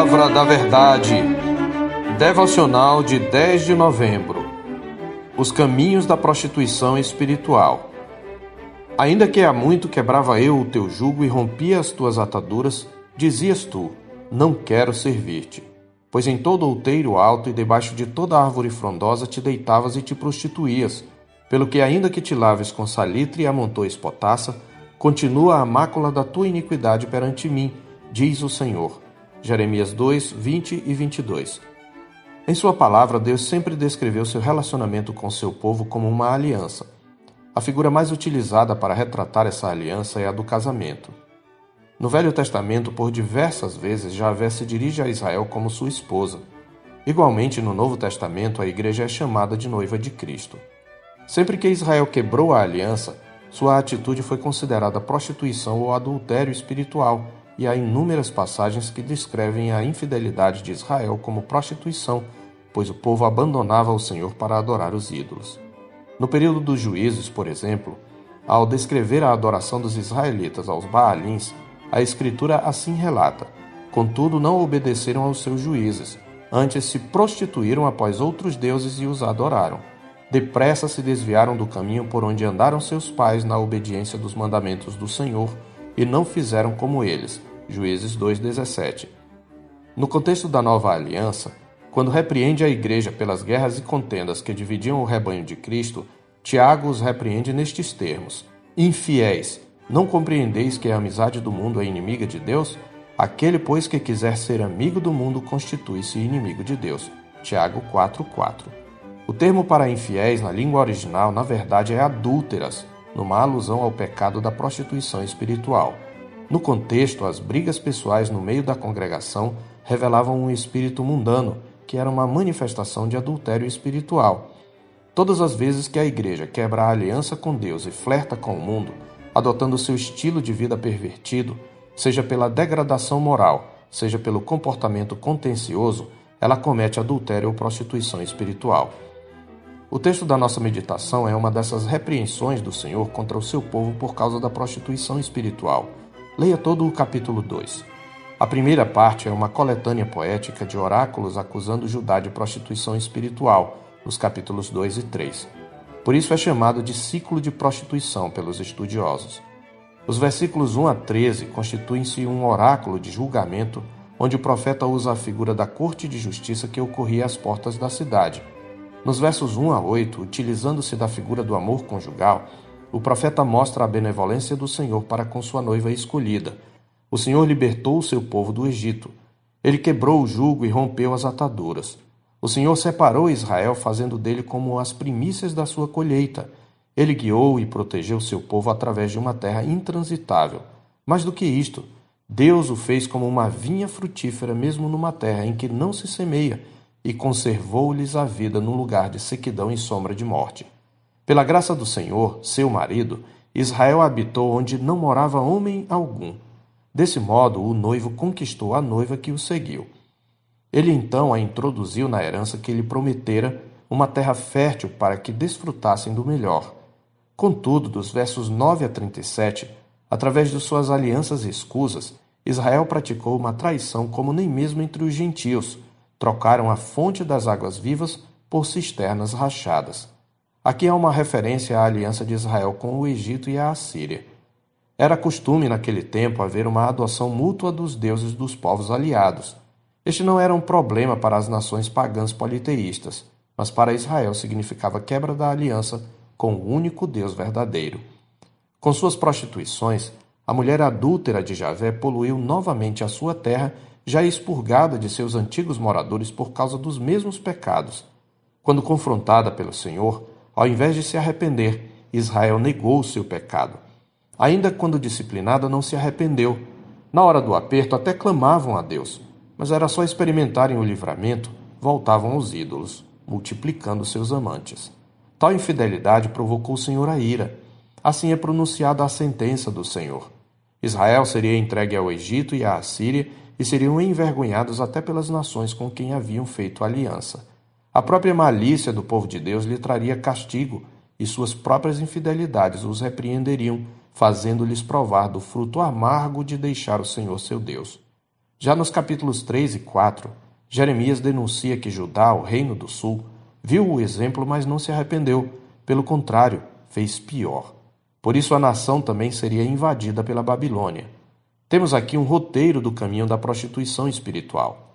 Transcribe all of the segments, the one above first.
Palavra da Verdade. Devocional de 10 de novembro. Os caminhos da prostituição espiritual. Ainda que há muito quebrava eu o teu jugo e rompia as tuas ataduras, dizias tu: não quero servir-te. Pois em todo outeiro alto e debaixo de toda árvore frondosa te deitavas e te prostituías, pelo que ainda que te laves com salitre e amontoes potassa, continua a mácula da tua iniquidade perante mim, diz o Senhor. Jeremias 2, 20 e 22. Em sua palavra, Deus sempre descreveu seu relacionamento com seu povo como uma aliança. A figura mais utilizada para retratar essa aliança é a do casamento. No Velho Testamento, por diversas vezes, Javé se dirige a Israel como sua esposa. Igualmente, no Novo Testamento, a igreja é chamada de noiva de Cristo. Sempre que Israel quebrou a aliança, sua atitude foi considerada prostituição ou adultério espiritual, e há inúmeras passagens que descrevem a infidelidade de Israel como prostituição, pois o povo abandonava o Senhor para adorar os ídolos. No período dos juízes, por exemplo, ao descrever a adoração dos israelitas aos Baalins, a Escritura assim relata: contudo não obedeceram aos seus juízes, antes se prostituíram após outros deuses e os adoraram. Depressa se desviaram do caminho por onde andaram seus pais na obediência dos mandamentos do Senhor, e não fizeram como eles. Juízes 2,17. No contexto da nova aliança, quando repreende a igreja pelas guerras e contendas que dividiam o rebanho de Cristo, Tiago os repreende nestes termos: infiéis, não compreendeis que a amizade do mundo é inimiga de Deus? Aquele, pois, que quiser ser amigo do mundo, constitui-se inimigo de Deus. Tiago 4,4. O termo para infiéis na língua original, na verdade, é adúlteras, numa alusão ao pecado da prostituição espiritual. No contexto, as brigas pessoais no meio da congregação revelavam um espírito mundano, que era uma manifestação de adultério espiritual. Todas as vezes que a igreja quebra a aliança com Deus e flerta com o mundo, adotando seu estilo de vida pervertido, seja pela degradação moral, seja pelo comportamento contencioso, ela comete adultério ou prostituição espiritual. O texto da nossa meditação é uma dessas repreensões do Senhor contra o seu povo por causa da prostituição espiritual. Leia todo o capítulo 2. A primeira parte é uma coletânea poética de oráculos acusando Judá de prostituição espiritual, nos capítulos 2 e 3. Por isso é chamado de ciclo de prostituição pelos estudiosos. Os versículos 1 a 13 constituem-se um oráculo de julgamento, onde o profeta usa a figura da corte de justiça que ocorria às portas da cidade. Nos versos 1 a 8, utilizando-se da figura do amor conjugal, o profeta mostra a benevolência do Senhor para com sua noiva escolhida. O Senhor libertou o seu povo do Egito. Ele quebrou o jugo e rompeu as ataduras. O Senhor separou Israel, fazendo dele como as primícias da sua colheita. Ele guiou e protegeu seu povo através de uma terra intransitável. Mais do que isto, Deus o fez como uma vinha frutífera mesmo numa terra em que não se semeia, e conservou-lhes a vida num lugar de sequidão e sombra de morte. Pela graça do Senhor, seu marido, Israel habitou onde não morava homem algum. Desse modo, o noivo conquistou a noiva que o seguiu. Ele então a introduziu na herança que lhe prometera, uma terra fértil para que desfrutassem do melhor. Contudo, dos versos 9 a 37, através de suas alianças escusas, Israel praticou uma traição como nem mesmo entre os gentios. Trocaram a fonte das águas vivas por cisternas rachadas. Aqui há uma referência à aliança de Israel com o Egito e a Assíria. Era costume naquele tempo haver uma adoção mútua dos deuses dos povos aliados. Este não era um problema para as nações pagãs politeístas, mas para Israel significava quebra da aliança com o único Deus verdadeiro. Com suas prostituições, a mulher adúltera de Javé poluiu novamente a sua terra, já expurgada de seus antigos moradores por causa dos mesmos pecados. Quando confrontada pelo Senhor, ao invés de se arrepender, Israel negou o seu pecado. Ainda quando disciplinada, não se arrependeu. Na hora do aperto, até clamavam a Deus, mas era só experimentarem o livramento, voltavam aos ídolos, multiplicando seus amantes. Tal infidelidade provocou o Senhor a ira. Assim é pronunciada a sentença do Senhor. Israel seria entregue ao Egito e à Assíria e seriam envergonhados até pelas nações com quem haviam feito aliança. A própria malícia do povo de Deus lhe traria castigo, e suas próprias infidelidades os repreenderiam, fazendo-lhes provar do fruto amargo de deixar o Senhor seu Deus. Já nos capítulos 3 e 4, Jeremias denuncia que Judá, o reino do sul, viu o exemplo, mas não se arrependeu. Pelo contrário, fez pior. Por isso a nação também seria invadida pela Babilônia. Temos aqui um roteiro do caminho da prostituição espiritual.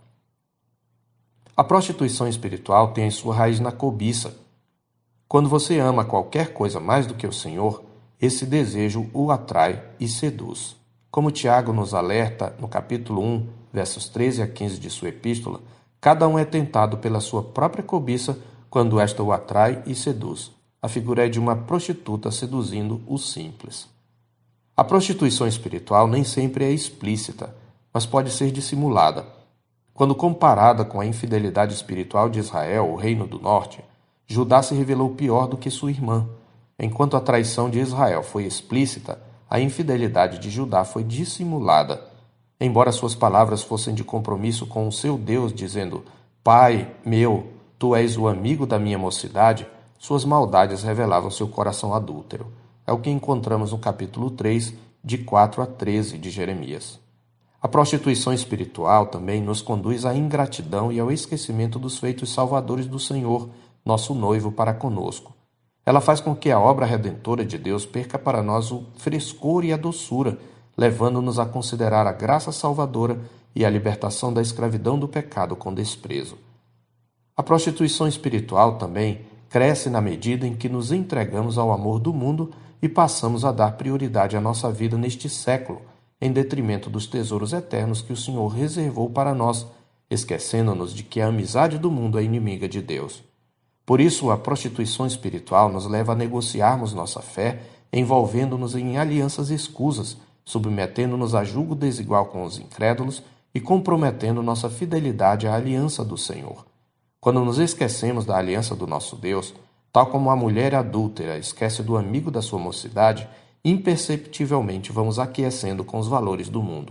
A prostituição espiritual tem sua raiz na cobiça. Quando você ama qualquer coisa mais do que o Senhor, esse desejo o atrai e seduz. Como Tiago nos alerta no capítulo 1, versos 13 a 15 de sua epístola, cada um é tentado pela sua própria cobiça quando esta o atrai e seduz. A figura é de uma prostituta seduzindo o simples. A prostituição espiritual nem sempre é explícita, mas pode ser dissimulada. Quando comparada com a infidelidade espiritual de Israel, o reino do norte, Judá se revelou pior do que sua irmã. Enquanto a traição de Israel foi explícita, a infidelidade de Judá foi dissimulada. Embora suas palavras fossem de compromisso com o seu Deus, dizendo: Pai meu, tu és o amigo da minha mocidade, suas maldades revelavam seu coração adúltero. É o que encontramos no capítulo 3, de 4 a 13 de Jeremias. A prostituição espiritual também nos conduz à ingratidão e ao esquecimento dos feitos salvadores do Senhor, nosso noivo, para conosco. Ela faz com que a obra redentora de Deus perca para nós o frescor e a doçura, levando-nos a considerar a graça salvadora e a libertação da escravidão do pecado com desprezo. A prostituição espiritual também cresce na medida em que nos entregamos ao amor do mundo e passamos a dar prioridade à nossa vida neste século, em detrimento dos tesouros eternos que o Senhor reservou para nós, esquecendo-nos de que a amizade do mundo é inimiga de Deus. Por isso, a prostituição espiritual nos leva a negociarmos nossa fé, envolvendo-nos em alianças escusas, submetendo-nos a julgo desigual com os incrédulos e comprometendo nossa fidelidade à aliança do Senhor. Quando nos esquecemos da aliança do nosso Deus, tal como a mulher adúltera esquece do amigo da sua mocidade, imperceptivelmente vamos aquecendo com os valores do mundo.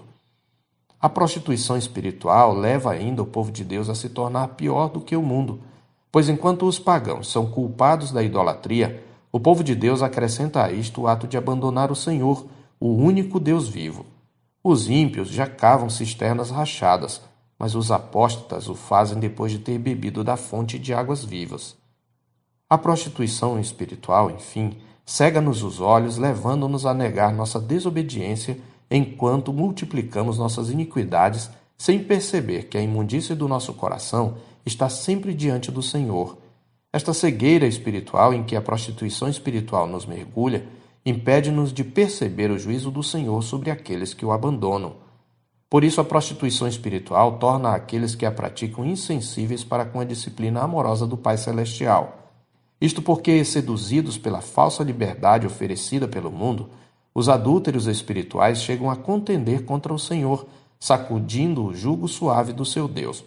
A prostituição espiritual leva ainda o povo de Deus a se tornar pior do que o mundo, pois enquanto os pagãos são culpados da idolatria, o povo de Deus acrescenta a isto o ato de abandonar o Senhor, o único Deus vivo. Os ímpios já cavam cisternas rachadas, mas os apóstatas o fazem depois de ter bebido da fonte de águas vivas. A prostituição espiritual, enfim, cega-nos os olhos, levando-nos a negar nossa desobediência enquanto multiplicamos nossas iniquidades, sem perceber que a imundície do nosso coração está sempre diante do Senhor. Esta cegueira espiritual em que a prostituição espiritual nos mergulha impede-nos de perceber o juízo do Senhor sobre aqueles que o abandonam. Por isso, a prostituição espiritual torna aqueles que a praticam insensíveis para com a disciplina amorosa do Pai Celestial. Isto porque, seduzidos pela falsa liberdade oferecida pelo mundo, os adúlteros espirituais chegam a contender contra o Senhor, sacudindo o jugo suave do seu Deus.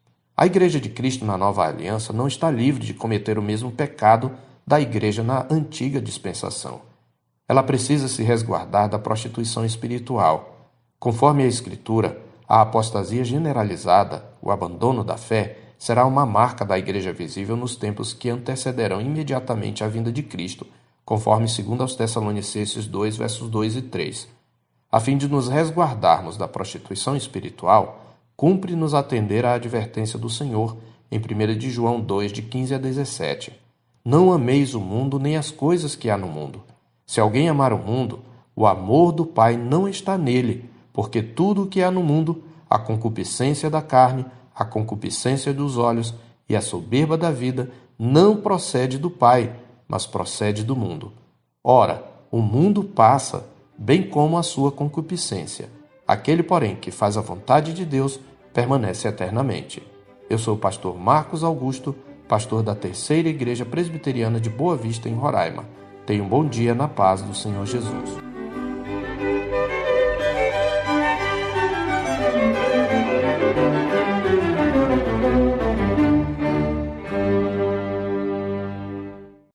A Igreja de Cristo na Nova Aliança não está livre de cometer o mesmo pecado da Igreja na antiga dispensação. Ela precisa se resguardar da prostituição espiritual. Conforme a Escritura, a apostasia generalizada, o abandono da fé, será uma marca da Igreja visível nos tempos que antecederão imediatamente a vinda de Cristo, conforme 2 Tessalonicenses 2, versos 2 e 3. A fim de nos resguardarmos da prostituição espiritual, cumpre-nos atender à advertência do Senhor, em 1 de João 2, de 15 a 17. Não ameis o mundo nem as coisas que há no mundo. Se alguém amar o mundo, o amor do Pai não está nele, porque tudo o que há no mundo, a concupiscência da carne, a concupiscência dos olhos e a soberba da vida, não procede do Pai, mas procede do mundo. Ora, o mundo passa, bem como a sua concupiscência. Aquele, porém, que faz a vontade de Deus, permanece eternamente. Eu sou o pastor Marcos Augusto, pastor da Terceira Igreja Presbiteriana de Boa Vista, em Roraima. Tenha um bom dia na paz do Senhor Jesus.